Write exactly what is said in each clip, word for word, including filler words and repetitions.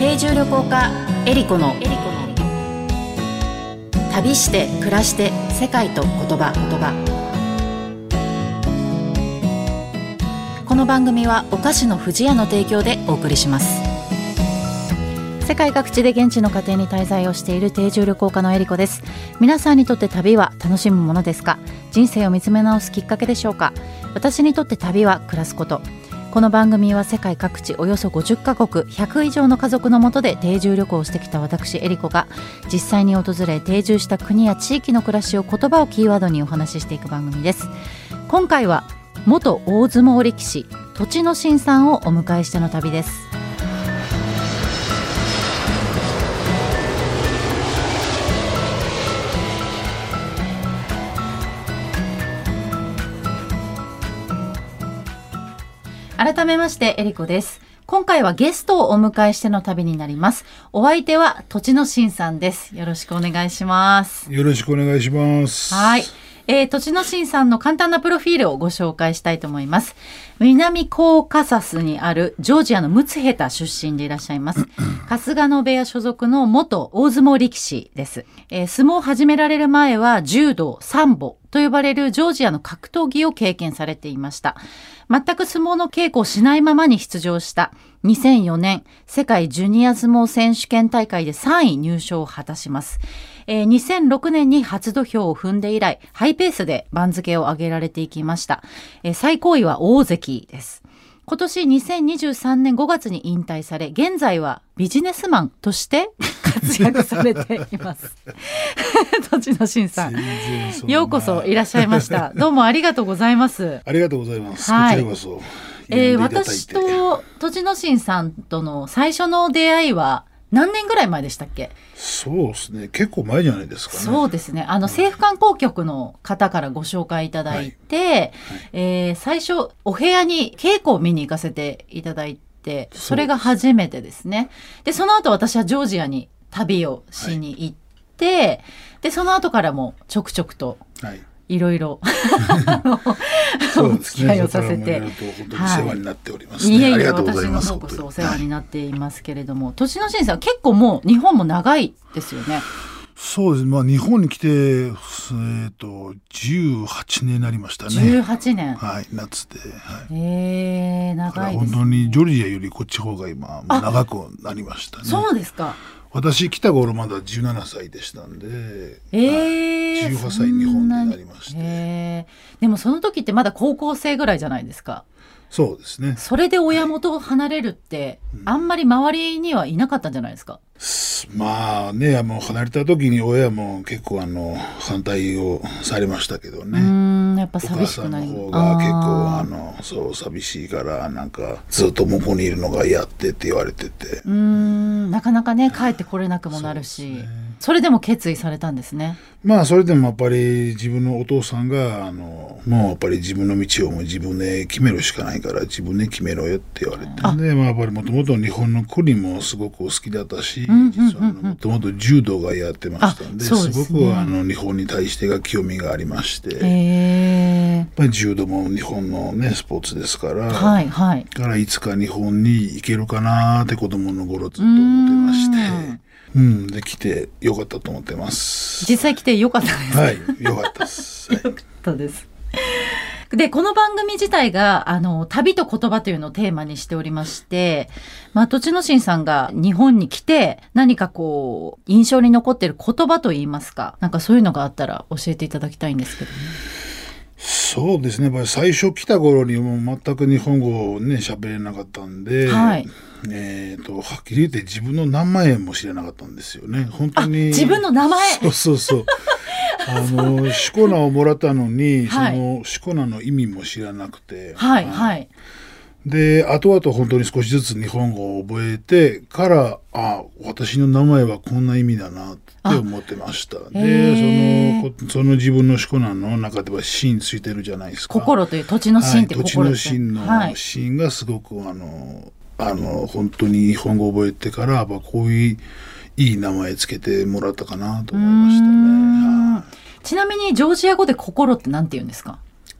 定住旅行家エリコの旅して暮らして世界と言葉言葉。この番組はお菓子の不二家の提供でお送りします。世界各地で現地の家庭に滞在をしている定住旅行家のエリコです。皆さんにとって旅は楽しむものですか？人生を見つめ直すきっかけでしょうか？私にとって旅は暮らすこと。この番組は世界各地およそごじゅっカ国ひゃく以上の家族の下で定住旅行をしてきた私エリコが実際に訪れ定住した国や地域の暮らしを言葉をキーワードにお話ししていく番組です。今回は元大相撲力士栃ノ心さんをお迎えしての旅です。改めましてエリコです。今回はゲストをお迎えしての旅になります。お相手は栃ノ心さんです。よろしくお願いします。 よろしくお願いします。 はい、えー、栃ノ心さんの簡単なプロフィールをご紹介したいと思います。南コーカサスにあるジョージアのムツヘタ出身でいらっしゃいます春日野部屋所属の元大相撲力士です。えー、相撲を始められる前は柔道、サンボと呼ばれるジョージアの格闘技を経験されていました。全く相撲の稽古をしないままに出場したにせんよねん世界ジュニア相撲選手権大会でさんい入賞を果たします。えー、にせんろくねんに初土俵を踏んで以来ハイペースで番付を上げられていきました。えー、最高位は大関です。今年にせんにじゅうさんねんごがつに引退され現在はビジネスマンとして活躍されています栃ノ心さんようこそいらっしゃいました。どうもありがとうございます。 ありがとうございます、 はい、 こちらこそ、 えー、私と栃ノ心さんとの最初の出会いは何年ぐらい前でしたっけ？ そうですね、結構前じゃないですかね。 そうですね、あの政府観光局の方からご紹介いただいて、はいはい、えー、最初お部屋に稽古を見に行かせていただいて、それが初めてですね。でその後私はジョージアに旅をしに行って、はい、でその後からもちょくちょくと、はい、いろいろお付き合いをさせて、 本当に世話になっておりますね。 いえいえ、ありがとうございます。私の方こそお世話になっていますけれども、はい、栃ノ心さん結構もう日本も長いですよね。 そうです、まあ、日本に来て、えー、とじゅうはちねんになりましたね。 じゅうはちねん、 はい、夏で、はい、 えー、長いですね。 本当にジョルジアよりこっち方が今長くなりましたね。 そうですか。 私来た頃まだじゅうななさいでしたんで、 えー、 じゅうはっさい日本になりまして、 えー、でもその時ってまだ高校生ぐらいじゃないですか。 そうですね。 それで親元を離れるって、はい、あんまり周りにはいなかったんじゃないですか？ まあね、もう離れた時に親も結構あの反対をされましたけどね。うーん、やっぱ寂しくなります。 お母さんの方が結構あのそう寂しいからなんかずっと向こうにいるのが嫌ってって言われてて、 うーん、なかなかね帰ってこれなくもなるし、 そ, ね、それでも決意されたんですね。 まあそれでもやっぱり自分のお父さんがあのもうやっぱり自分の道をもう自分で決めるしかないから自分で決めろよって言われて、で、まあ、やっぱりもともと日本の国もすごく好きだったし、実はもともと柔道がやってましたんで、すごくあの日本に対してが興味がありまして、 へー、 やっぱり柔道も日本のねスポーツですから、 はいはい、 だからいつか日本に行けるかなって子供の頃ずっと思ってまして、うん、で来てよかったと思ってます。 実際来てよかったです。 はい、よかったです。 よかったです。でこの番組自体があの旅と言葉というのをテーマにしておりまして、まあ、栃ノ心さんが日本に来て何かこう印象に残っている言葉といいますか、なんかそういうのがあったら教えていただきたいんですけどね。 そうですね、やっぱり最初来た頃にもう全く日本語をね喋れなかったんで、はい、えー、とはっきり言って自分の名前も知らなかったんですよね。本当に自分の名前、 そうそうそうあのシコナをもらったのに、はい、そのシコナの意味も知らなくて、 はいはい、 で後々本当に少しずつ日本語を覚えてから、あ、私の名前はこんな意味だなって思ってました。でそのその自分のシコナの中では心ついてるじゃないですか。 心という栃の心って心ですね。 栃の心の心がすごくあのあの本当に日本語を覚えてからやっぱこういういい名前つけてもらったかなと思いましたね。 ちなみにジョージア語で心ってなんて言うんですか？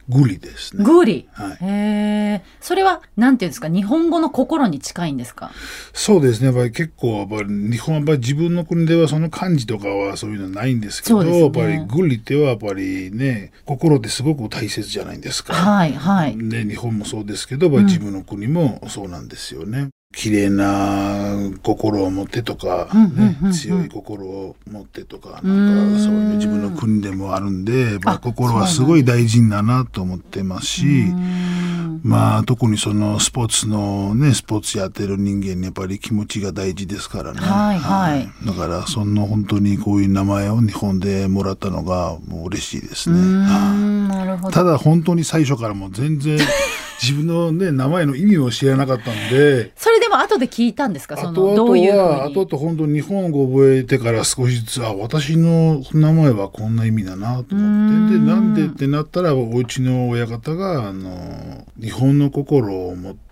グリですね。 グリ、 はい、 へー。それはなんていうんですか、日本語の心に近いんですか？ そうですね。やっぱり結構やっぱり日本はやっぱり自分の国ではその漢字とかはそういうのはないんですけど、 そうですね、 やっぱりグリってはやっぱりね、心ってすごく大切じゃないですか。 はいはい。 で日本もそうですけど、やっぱり自分の国もそうなんですよね。うん、綺麗な心を持ってとか、ね、強い心を持ってとか、なんかそういうの自分の国でもあるんで、まあ、心はすごい大事だなと思ってますし、まあ特にそのスポーツのね、スポーツやってる人間にやっぱり気持ちが大事ですからね。 はいはい。はい、 だからその本当にこういう名前を日本でもらったのがもう嬉しいですね。 なるほど。 ただ本当に最初からもう全然自分のね名前の意味を知らなかったんで。 それでも後で聞いたんですか？その後々 どういうふうに。 は後々本当に日本語を覚えてから少しずつ、あ、私の名前はこんな意味だなと思って、でなんでってなったらお家の親方があの日本の心を持って、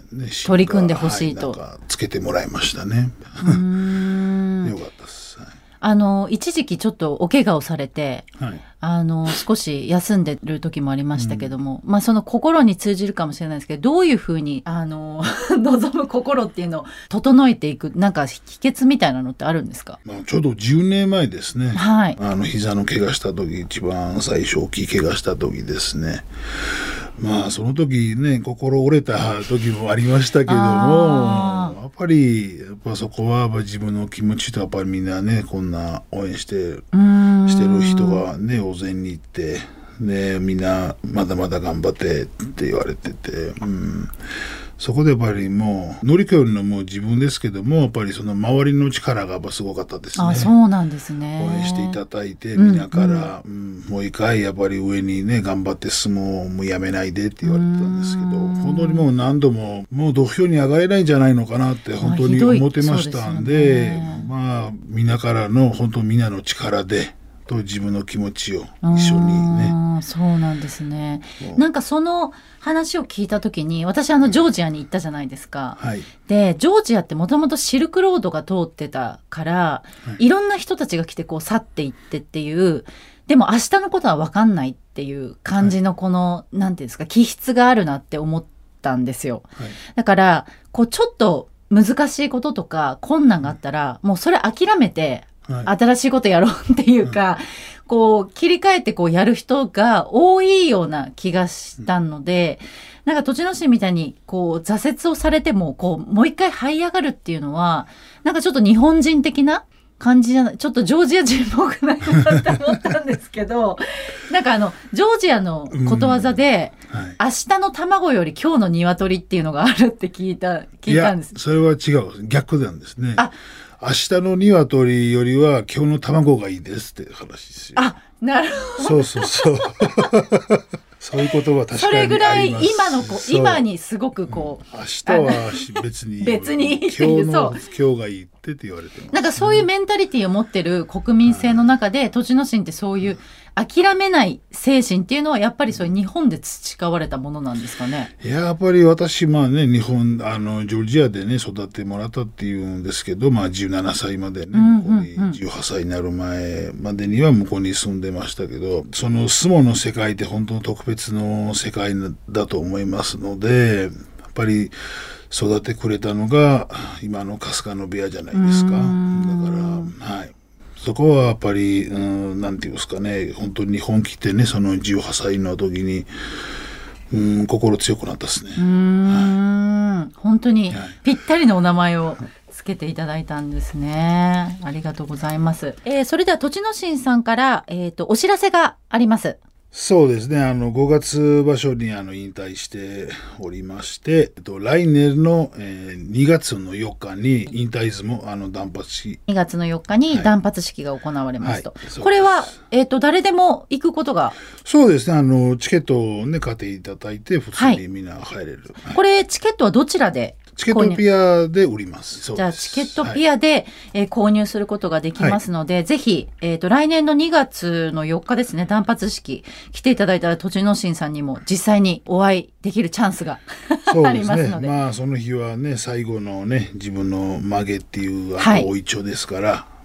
ね、 取り組んでほしいと、 はい、なんかつけてもらいましたね。 うーんよかったです。はい、 あの一時期ちょっとお怪我をされて、 はい、 あの少し休んでる時もありましたけども、うん、まあその心に通じるかもしれないですけど、どういうふうにあの望む心っていうのを整えていく、なんか秘訣みたいなのってあるんですか？ まあ、ちょうどじゅうねんまえですね。 はい、 あの膝の怪我した時、一番最初大きい怪我した時ですね。まあその時ね、心折れた時もありましたけども、やっぱりやっぱそこはやっぱ自分の気持ちとやっぱりみんなね、こんな応援してしてる人がね大勢にいて、ね、みんなまだまだ頑張ってって言われてて、うん、そこでやっぱりもう乗り越えるのも自分ですけども、やっぱりその周りの力がやっぱすごかったですね。 あ、そうなんですね。 応援していただいてみんなから、うんうんうん、もう一回やっぱり上にね頑張って相撲をもうやめないでって言われてたんですけど、本当にもう何度ももう土俵に上がれないんじゃないのかなって本当に思ってましたんで、ね、まあみんなからの本当みんなの力でと自分の気持ちを一緒にね。 そうなんですね。なんかその話を聞いた時に、私あのジョージアに行ったじゃないですか、 はい、 でジョージアってもともとシルクロードが通ってたから、はい、いろんな人たちが来てこう去っていってっていう、でも明日のことは分かんないっていう感じのこの、はい、なんていうんですか、気質があるなって思ったんですよ、はい、だからこうちょっと難しいこととか困難があったら、もうそれ諦めて新しいことやろうっていうか、はい、こう切り替えてこうやる人が多いような気がしたので、なんか栃ノ心みたいにこう挫折をされてもこうもう一回這い上がるっていうのは、なんかちょっと日本人的な感じじゃない、ちょっとジョージア人っぽくないなって思ったんですけどなんかあのジョージアのことわざで、うんはい、明日の卵より今日の鶏っていうのがあるって聞いた聞いたんです。 いやそれは違う、逆なんですね。あ、明日の鶏よりは今日の卵がいいですって話ですよ。 あ、なるほど。 そうそうそうそういうことは確かにあります。 それぐらい今のこ今にすごくこう、 うん、明日は別に別にいいっていう、 いう、そう今日がいいってって言われてます、ね、 なんかそういうメンタリティを持ってる国民性の中で、栃ノ心ってそういう諦めない精神っていうのはやっぱりそういう日本で培われたものなんですかね。 いややっぱり私まあね日本あのジョージアでね育ってもらったっていうんですけど、まあじゅうななさいまでね、向こうにじゅうはっさいになる前までには向こうに住んでましたけど、その相撲の世界って本当の特別の世界だと思いますので、やっぱり育ってくれたのが今の春日野部屋じゃないですか。だからはい、そこはやっぱり、うん、なんていうんですかね、本当に日本来てね、そのじゅうはっさいの時に、うん、心強くなったですね。うーん、はい、本当にぴったりのお名前をつけていただいたんですね。ありがとうございます。えー、それでは栃ノ心さんから、えーと、お知らせがあります。 そうですね、あのごがつ場所にあの引退しておりまして、えっと、来年の、えー、にがつのよっかに引退相撲あの断髪式、 にがつのよっかに断髪式が行われますと、はいはい、これは、えーと、誰でも行くことが。 そうですね、あのチケットを、ね、買っていただいて普通にみんな入れる、 はい、これチケットはどちらで？ チケットピアで売ります。そうです。 じゃあチケットピアで、はい、えー、購入することができますので、はい、ぜひ、えーと、来年のにがつのよっかですね、断髪式来ていただいたら栃ノ心さんにも実際にお会いできるチャンスがありますので、 まあその日はね最後のね自分の曲げっていう大いちょですから、はい、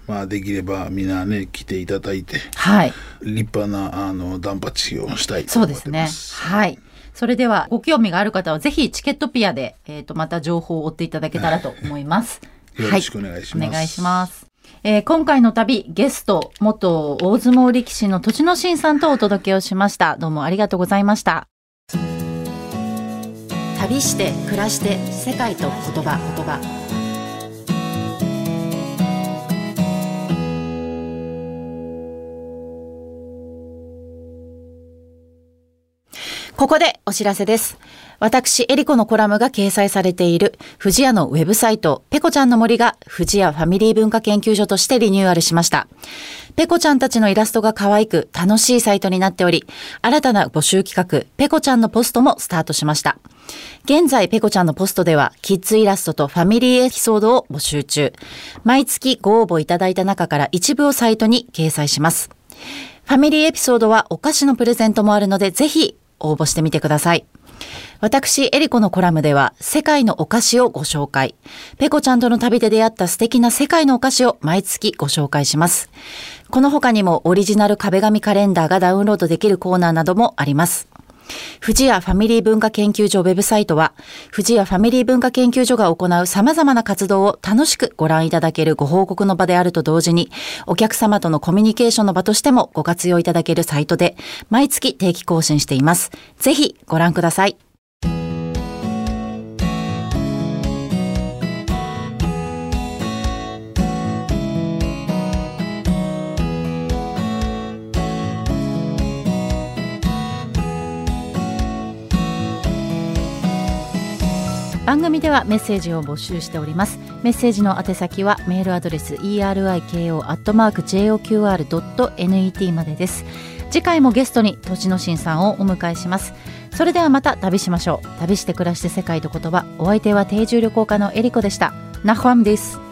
まあ、できればみんなね来ていただいて、 はい、 立派なあのダンパチをしたいとそう思ってます。 ですね。はい。それではご興味がある方はぜひチケットピアで、えー、とまた情報を追っていただけたらと思います。 よろしくお願いします。 はい、お願いします。えー、今回の旅ゲスト元大相撲力士の栃ノ心さんとお届けをしました。どうもありがとうございました。旅して暮らして世界と言葉言葉ここでお知らせです。私、エリコのコラムが掲載されているフジヤのウェブサイト、ペコちゃんの森がフジヤファミリー文化研究所としてリニューアルしました。ペコちゃんたちのイラストが可愛く楽しいサイトになっており、新たな募集企画、ペコちゃんのポストもスタートしました。現在、ペコちゃんのポストでは、キッズイラストとファミリーエピソードを募集中。毎月ご応募いただいた中から一部をサイトに掲載します。ファミリーエピソードはお菓子のプレゼントもあるので、ぜひ応募してみてください。私、エリコのコラムでは世界のお菓子をご紹介。ペコちゃんとの旅で出会った素敵な世界のお菓子を毎月ご紹介します。この他にもオリジナル壁紙カレンダーがダウンロードできるコーナーなどもあります。フジヤファミリー文化研究所ウェブサイトは、フジヤファミリー文化研究所が行う様々な活動を楽しくご覧いただけるご報告の場であると同時に、お客様とのコミュニケーションの場としてもご活用いただけるサイトで、毎月定期更新しています。ぜひご覧ください。番組ではメッセージを募集しております。メッセージの宛先はメールアドレス イーアールアイケーオー アットマーク ジェイオーキューアール ドット ネット までです。次回もゲストに栃ノ心さんをお迎えします。それではまた旅しましょう。旅して暮らして世界と言葉。お相手は定住旅行家のエリコでした。ナホアムです。